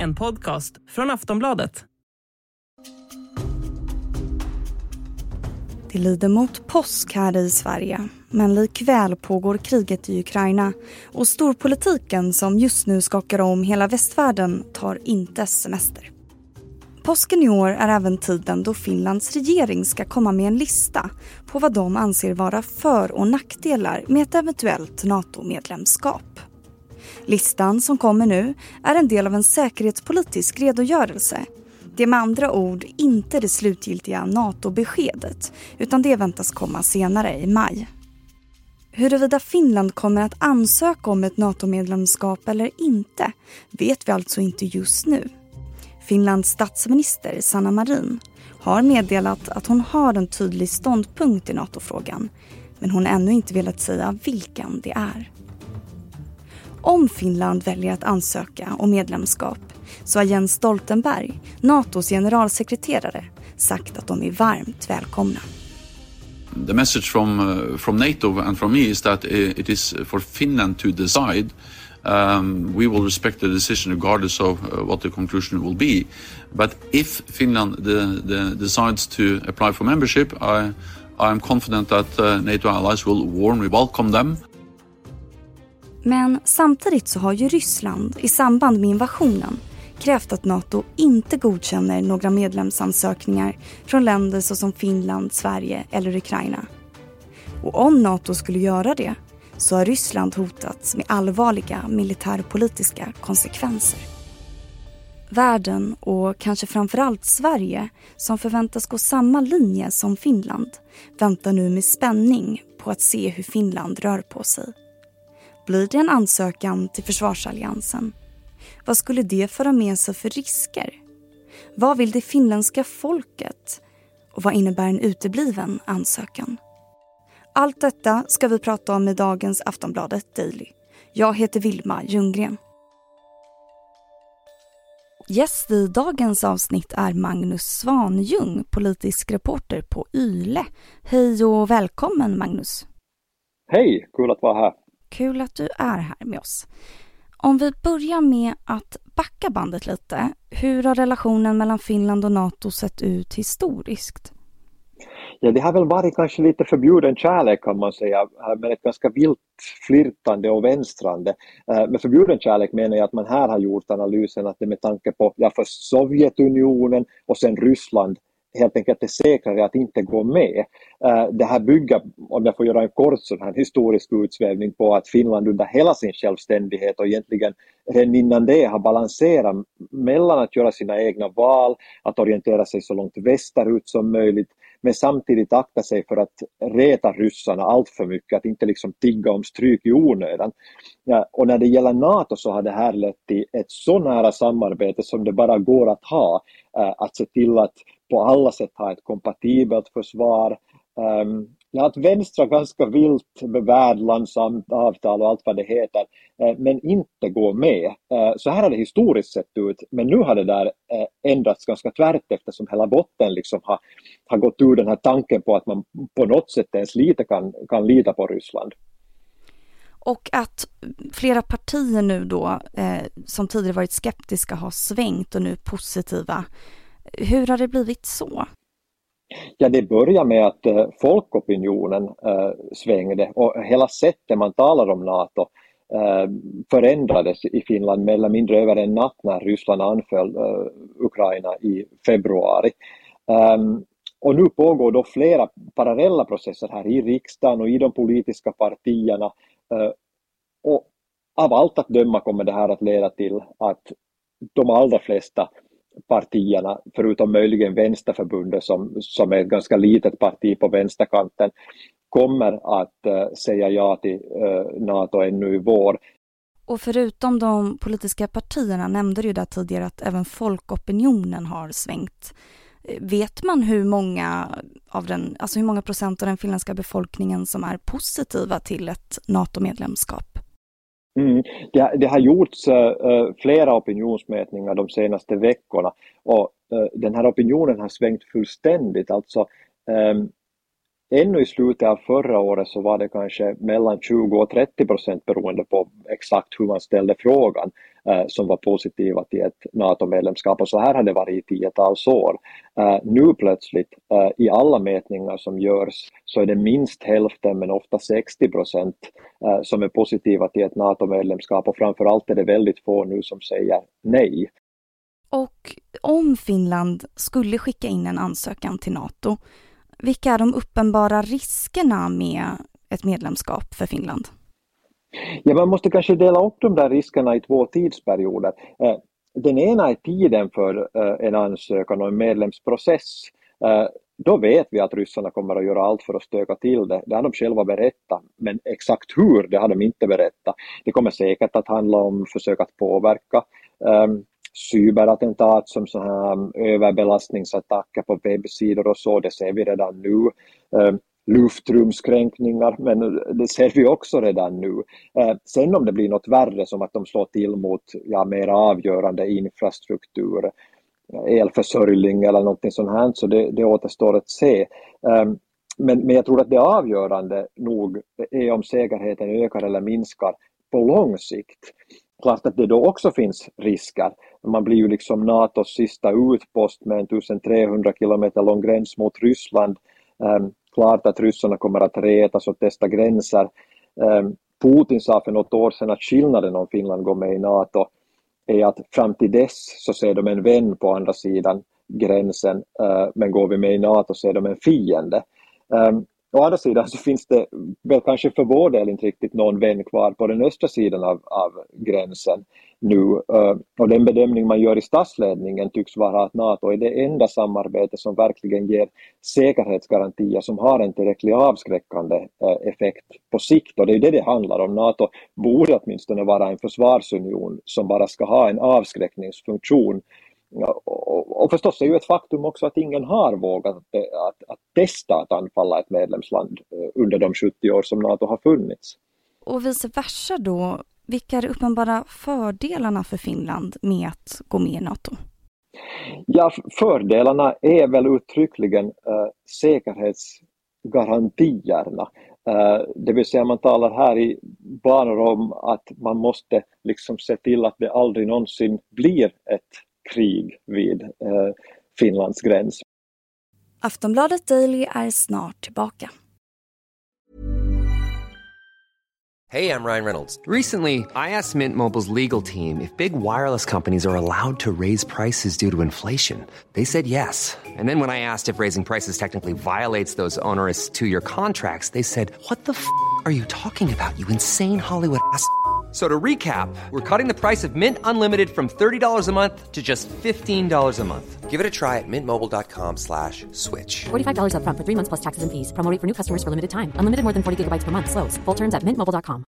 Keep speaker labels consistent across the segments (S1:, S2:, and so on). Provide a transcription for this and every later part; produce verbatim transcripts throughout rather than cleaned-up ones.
S1: En podcast från Aftonbladet.
S2: Det lider mot påsk här i Sverige, men likväl pågår kriget i Ukraina och storpolitiken som just nu skakar om hela västvärlden tar inte semester. Påsken i år är även tiden då Finlands regering ska komma med en lista på vad de anser vara för- och nackdelar med ett eventuellt NATO-medlemskap. Listan som kommer nu är en del av en säkerhetspolitisk redogörelse. Det är med andra ord inte det slutgiltiga NATO-beskedet, utan det väntas komma senare i maj. Huruvida Finland kommer att ansöka om ett NATO-medlemskap eller inte vet vi alltså inte just nu. Finlands statsminister Sanna Marin har meddelat att hon har en tydlig ståndpunkt i NATO-frågan, men hon har ännu inte velat säga vilken det är. Om Finland väljer att ansöka om medlemskap så har Jens Stoltenberg, NATOs generalsekreterare, sagt att de är varmt välkomna.
S3: The message from uh, from NATO and from me is that it is for Finland to decide. Um, we will respect the decision regardless of uh, what the conclusion will be. But if Finland the, the decides to apply for membership, I I am confident that uh, NATO allies will warmly welcome them.
S2: Men samtidigt så har ju Ryssland i samband med invasionen krävt att NATO inte godkänner några medlemsansökningar från länder såsom Finland, Sverige eller Ukraina. Och om NATO skulle göra det så har Ryssland hotats med allvarliga militärpolitiska konsekvenser. Världen och kanske framförallt Sverige, som förväntas gå samma linje som Finland, väntar nu med spänning på att se hur Finland rör på sig. Blir det en ansökan till försvarsalliansen? Vad skulle det föra med sig för risker? Vad vill det finländska folket? Och vad innebär en utebliven ansökan? Allt detta ska vi prata om i dagens Aftonbladet Daily. Jag heter Vilma Ljunggren. Gäst i dagens avsnitt är Magnus Svanjung, politisk reporter på YLE. Hej och välkommen Magnus.
S4: Hej, kul att vara här.
S2: Kul att du är här med oss. Om vi börjar med att backa bandet lite. Hur har relationen mellan Finland och NATO sett ut historiskt?
S4: Ja, det har väl varit kanske lite förbjuden kärlek kan man säga, men ett ganska vilt flirtande och vänstrande. Med förbjuden kärlek menar jag att man här har gjort analysen att det med tanke på ja, för Sovjetunionen och sen Ryssland helt enkelt är säkrare att inte gå med. Det här bygger, om jag får göra en kort sån här historisk utsvävning, på att Finland under hela sin självständighet och egentligen redan innan det har balanserat mellan att göra sina egna val, att orientera sig så långt västerut som möjligt, men samtidigt akta sig för att reta ryssarna allt för mycket, att inte liksom tigga om stryk i onödan. Ja, och när det gäller NATO så har det här lett till ett så nära samarbete som det bara går att ha, att se till att på alla sätt ha ett kompatibelt försvar. Um, ja, att vänstra ganska vilt med värdlandsavtal och allt vad det heter, uh, men inte gå med. Uh, så här har det historiskt sett ut, men nu har det där uh, ändrats ganska tvärt eftersom hela botten liksom har, har gått ur den här tanken på att man på något sätt ens lite kan, kan lita på Ryssland.
S2: Och att flera partier nu då, eh, som tidigare varit skeptiska, har svängt och nu positiva. Hur har det blivit så?
S4: Ja, det börjar med att uh, folkopinionen uh, svängde och hela sättet man talar om NATO uh, förändrades i Finland mer eller mindre över en natt när Ryssland anföll uh, Ukraina i februari. Um, och nu pågår då flera parallella processer här i riksdagen och i de politiska partierna. Uh, och av allt att döma kommer det här att leda till att de allra flesta partierna, förutom möjligen Vänsterförbundet som, som är ett ganska litet parti på vänsterkanten, kommer att uh, säga ja till uh, NATO ännu i vår.
S2: Och förutom de politiska partierna nämnde du där tidigare att även folkopinionen har svängt. Vet man hur många av den, alltså hur många procent av den finländska befolkningen som är positiva till ett NATO-medlemskap?
S4: Mm. Det, det har gjorts uh, flera opinionsmätningar de senaste veckorna och uh, den här opinionen har svängt fullständigt. Alltså um, ännu i slutet av förra året så var det kanske mellan tjugo och trettio procent beroende på exakt hur man ställde frågan eh, som var positiva till ett NATO-medlemskap, och så här har det varit i tiotals år. Eh, nu plötsligt eh, i alla mätningar som görs så är det minst hälften, men ofta sextio procent eh, som är positiva till ett NATO-medlemskap, och framförallt är det väldigt få nu som säger nej.
S2: Och om Finland skulle skicka in en ansökan till NATO, vilka är de uppenbara riskerna med ett medlemskap för Finland?
S4: Ja, man måste kanske dela upp de där riskerna i två tidsperioder. Den ena är tiden för en ansökan och en medlemsprocess. Då vet vi att ryssarna kommer att göra allt för att stöka till det. Det har de själva berättat, men exakt hur, det har de inte berättat. Det kommer säkert att handla om försök att påverka. Cyberattentat som så här överbelastningsattacker på webbsidor och så, det ser vi redan nu. Luftrumskränkningar, men det ser vi också redan nu. Sen om det blir något värre, som att de slår till mot ja, mer avgörande infrastruktur, elförsörjning eller någonting sånt här, så det, det återstår att se. Men, men jag tror att det avgörande nog är om säkerheten ökar eller minskar på lång sikt. Klart att det då också finns risker. Man blir ju liksom NATOs sista utpost med en tusentrehundra kilometer lång gräns mot Ryssland. Um, klart att ryssarna kommer att retas och testa gränser. Um, Putin sa för något år sedan att skillnaden om Finland går med i NATO är att fram till dess så ser de en vän på andra sidan gränsen, uh, men går vi med i NATO så är de en fiende. Um, Å andra sidan så finns det väl kanske för vår del inte riktigt någon vän kvar på den östra sidan av, av gränsen nu. Uh, och den bedömning man gör i statsledningen tycks vara att NATO är det enda samarbete som verkligen ger säkerhetsgarantier som har en tillräcklig avskräckande uh, effekt på sikt. Och det är det det handlar om. NATO borde åtminstone vara en försvarsunion som bara ska ha en avskräckningsfunktion. Och, och förstås är ju ett faktum också att ingen har vågat att, att, att testa att anfalla ett medlemsland under de sjuttio år som NATO har funnits.
S2: Och vice versa då, vilka är de uppenbara fördelarna för Finland med att gå med i NATO?
S4: Ja, fördelarna är väl uttryckligen äh, säkerhetsgarantierna. Äh, det vill säga man talar här i banor om att man måste liksom se till att det aldrig någonsin blir ett krig vid eh, Finlands gräns.
S2: Aftonbladet Daily är snart tillbaka.
S5: Hey, I'm Ryan Reynolds. Recently, I asked Mint Mobile's legal team if big wireless companies are allowed to raise prices due to inflation. They said yes. And then when I asked if raising prices technically violates those onerous two-year contracts, they said, "What the f*** are you talking about, you insane Hollywood ass?" So to recap, we're cutting the price of Mint Unlimited from thirty dollars a month to just fifteen dollars a month. Give it a try at mintmobile.com slash switch.
S6: forty-five dollars up front for three months plus taxes and fees. Promo rate for new customers for limited time. Unlimited more than forty gigabytes per month. Slows full terms at mint mobile dot com.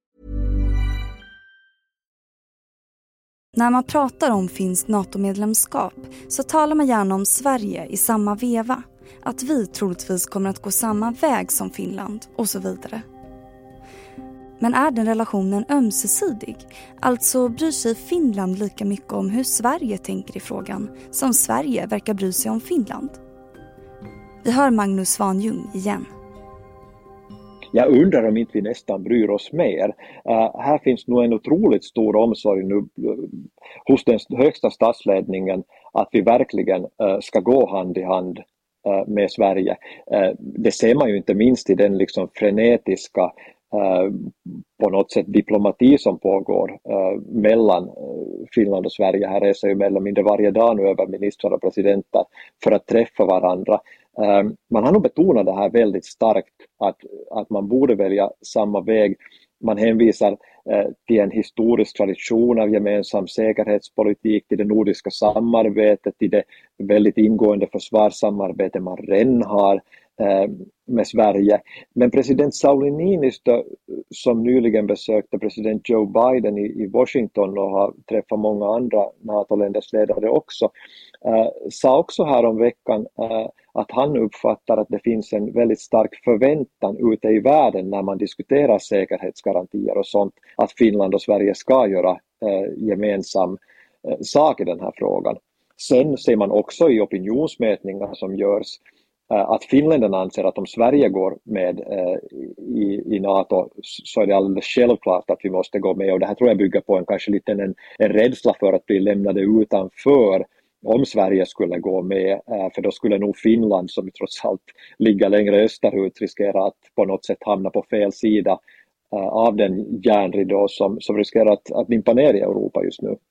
S2: När man pratar om finskt NATO-medlemskap så talar man gärna om Sverige i samma veva. Att vi troligtvis kommer att gå samma väg som Finland och så vidare. Men är den relationen ömsesidig? Alltså bryr sig Finland lika mycket om hur Sverige tänker i frågan som Sverige verkar bry sig om Finland? Vi hör Magnus Svanjung igen.
S4: Jag undrar om inte vi nästan bryr oss mer. Uh, här finns nog en otroligt stor omsorg nu, uh, hos den högsta statsledningen att vi verkligen uh, ska gå hand i hand uh, med Sverige. Uh, det ser man ju inte minst i den liksom frenetiska Uh, på något sätt diplomati som pågår uh, mellan uh, Finland och Sverige. Här reser ju mellan mindre varje dag nu över ministrar och presidenter för att träffa varandra. Uh, man har nog betonat det här väldigt starkt att, att man borde välja samma väg. Man hänvisar uh, till en historisk tradition av gemensam säkerhetspolitik, till det nordiska samarbetet, till det väldigt ingående försvarssamarbete man redan har med Sverige. Men president Sauli Niinistö, som nyligen besökte president Joe Biden i, i Washington och har träffat många andra NATO-länders ledare också, äh, sa också här om veckan äh, att han uppfattar att det finns en väldigt stark förväntan ute i världen när man diskuterar säkerhetsgarantier och sånt, att Finland och Sverige ska göra äh, gemensam äh, sak i den här frågan. Sen ser man också i opinionsmätningar som görs att finländarna anser att om Sverige går med i, i NATO så är det alldeles självklart att vi måste gå med, och det här tror jag bygger på en kanske lite en, en rädsla för att bli lämnade utanför om Sverige skulle gå med, för då skulle nog Finland, som trots allt ligger längre österut, riskera att på något sätt hamna på fel sida av den järnridå som, som riskerar att, att dimpa ner i Europa just nu.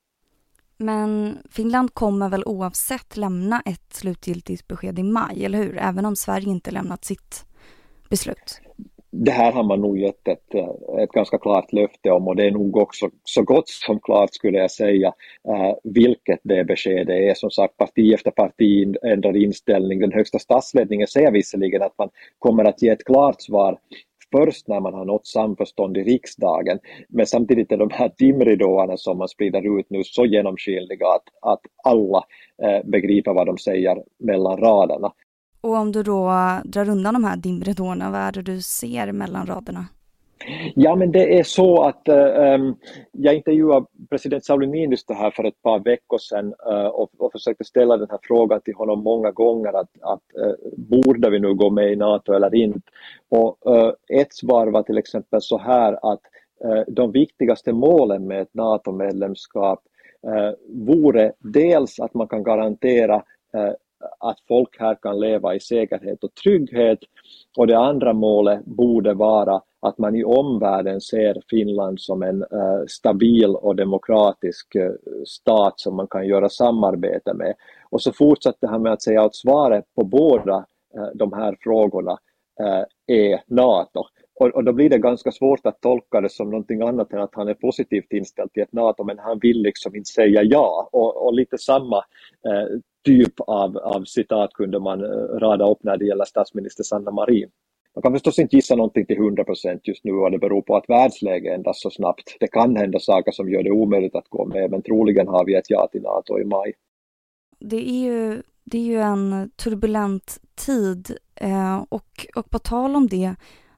S2: Men Finland kommer väl oavsett lämna ett slutgiltigt besked i maj, eller hur? Även om Sverige inte lämnat sitt beslut.
S4: Det här har man nog gett ett, ett ganska klart löfte om, och det är nog också så gott som klart, skulle jag säga, eh, vilket det beskedet är. Som sagt, parti efter parti ändrar inställning. Den högsta statsledningen säger visserligen att man kommer att ge ett klart svar först när man har nått samförstånd i riksdagen. Men samtidigt är de här dimridåerna som man sprider ut nu så genomskinliga att, att alla eh, begriper vad de säger mellan raderna.
S2: Och om du då drar undan de här dimridåerna, vad är det du ser mellan raderna?
S4: Ja, men det är så att um, jag intervjuade president Sauli Niinistö här för ett par veckor sedan uh, och, och försökte ställa den här frågan till honom många gånger, att, att uh, borde vi nu gå med i NATO eller inte? Och uh, ett svar var till exempel så här att uh, de viktigaste målen med ett NATO-medlemskap uh, vore dels att man kan garantera uh, att folk här kan leva i säkerhet och trygghet, och det andra målet borde vara att man i omvärlden ser Finland som en uh, stabil och demokratisk uh, stat som man kan göra samarbete med. Och så fortsätter han med att säga att svaret på båda uh, de här frågorna uh, är NATO. Och, och då blir det ganska svårt att tolka det som någonting annat än att han är positivt inställd till ett NATO, men han vill liksom inte säga ja. Och, och lite samma uh, typ av, av citat kunde man uh, rada upp när det gäller statsminister Sanna Marin. Man kan förstås inte gissa någonting till hundra procent just nu, och det beror på att världsläget ändras så snabbt. Det kan hända saker som gör det omöjligt att gå med, men troligen har vi ett ja till NATO i maj.
S2: Det är ju, det är ju en turbulent tid eh, och, och på tal om det,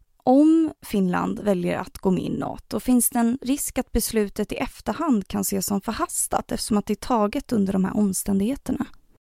S2: om Finland väljer att gå med i NATO, finns det en risk att beslutet i efterhand kan ses som förhastat eftersom att det är taget under de här omständigheterna?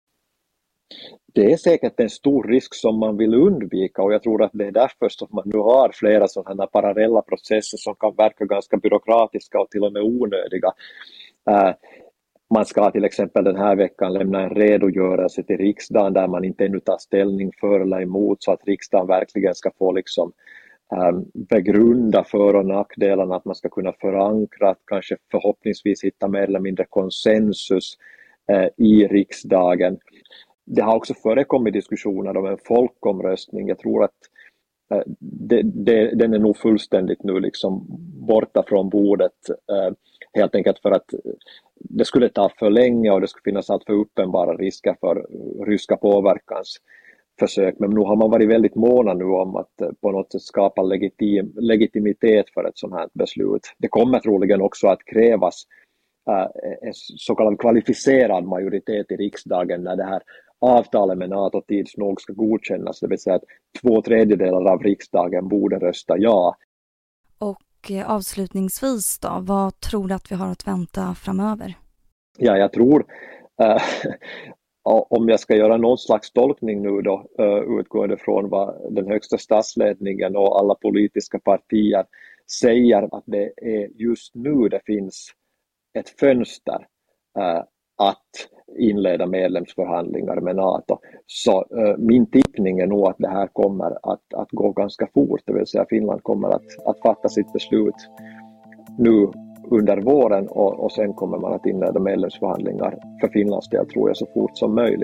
S4: Det är säkert en stor risk som man vill undvika, och jag tror att det är därför som man nu har flera sådana parallella processer som kan verka ganska byråkratiska och till och med onödiga. Uh, man ska till exempel den här veckan lämna en redogörelse till riksdagen där man inte ännu tar ställning för eller emot, så att riksdagen verkligen ska få liksom um, begrunda för- och nackdelarna, att man ska kunna förankra, att kanske förhoppningsvis hitta mer eller mindre konsensus uh, i riksdagen. Det har också förekommit diskussioner om en folkomröstning. Jag tror att eh, det, det, den är nog fullständigt nu liksom borta från bordet. Eh, helt enkelt för att det skulle ta för länge och det skulle finnas allt för uppenbara risker för ryska påverkansförsök. Men nu har man varit väldigt måna nu om att eh, på något sätt skapa legitim, legitimitet för ett sådant här beslut. Det kommer troligen också att krävas eh, en så kallad kvalificerad majoritet i riksdagen när det här avtalet med NATO tids nog ska godkännas, det vill säga att två tredjedelar av riksdagen borde rösta ja.
S2: Och eh, avslutningsvis då, vad tror du att vi har att vänta framöver?
S4: Ja, jag tror, äh, om jag ska göra någon slags tolkning nu då, äh, utgående från vad den högsta statsledningen och alla politiska partier säger, att det är just nu det finns ett fönster äh, att inleda medlemsförhandlingar med NATO. Så uh, min tippning är nog att det här kommer att, att gå ganska fort, det vill säga Finland kommer att, att fatta sitt beslut nu under våren, och, och sen kommer man att inleda medlemsförhandlingar för Finlands del, tror jag, så fort som möjligt.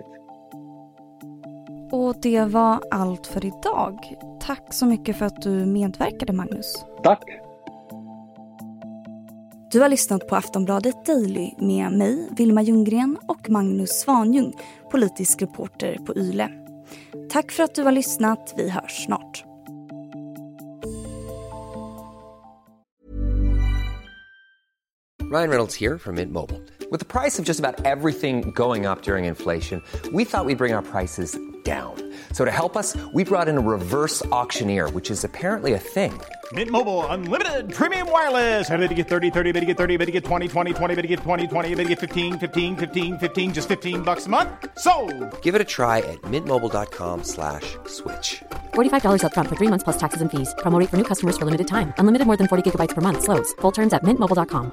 S2: Och det var allt för idag. Tack så mycket för att du medverkade, Magnus.
S4: Tack!
S2: Du har lyssnat på Aftonbladet Daily med mig, Vilma Ljunggren, och Magnus Svanjung, politisk reporter på Yle. Tack för att du har lyssnat. Vi hörs snart.
S5: Ryan Reynolds here from Mint Mobile. With the price of just about everything going up during inflation, we thought we'd bring our prices down. So to help us, we brought in a reverse auctioneer, which is apparently a thing.
S7: Mint Mobile Unlimited Premium Wireless. How to get thirty, thirty, how to get thirty, how to get twenty, twenty, twenty, how to get twenty, twenty, how to get fifteen, fifteen, fifteen, fifteen, just fifteen bucks a month? Sold!
S5: Give it a try at mintmobile.com slash switch.
S6: forty-five dollars up front for three months plus taxes and fees. Promo rate for new customers for limited time. Unlimited more than forty gigabytes per month. Slows full terms at mint mobile dot com.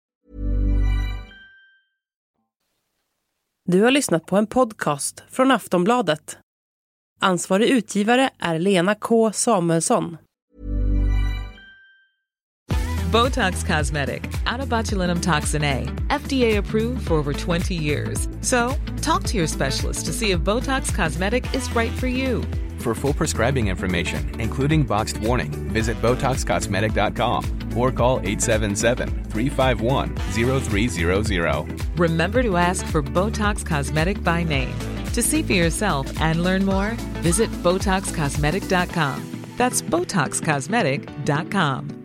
S1: Du har lyssnat på en podcast från Aftonbladet. Ansvarig utgivare är Lena K. Samuelsson.
S8: Botox Cosmetic, out of botulinum toxin A, F D A approved for over twenty years. So, talk to your specialist to see if Botox Cosmetic is right for you.
S9: For full prescribing information, including boxed warning, visit Botox Cosmetic dot com or call eight seven seven, three five one, zero three zero zero.
S8: Remember to ask for Botox Cosmetic by name. To see for yourself and learn more, visit Botox Cosmetic dot com. That's Botox Cosmetic dot com.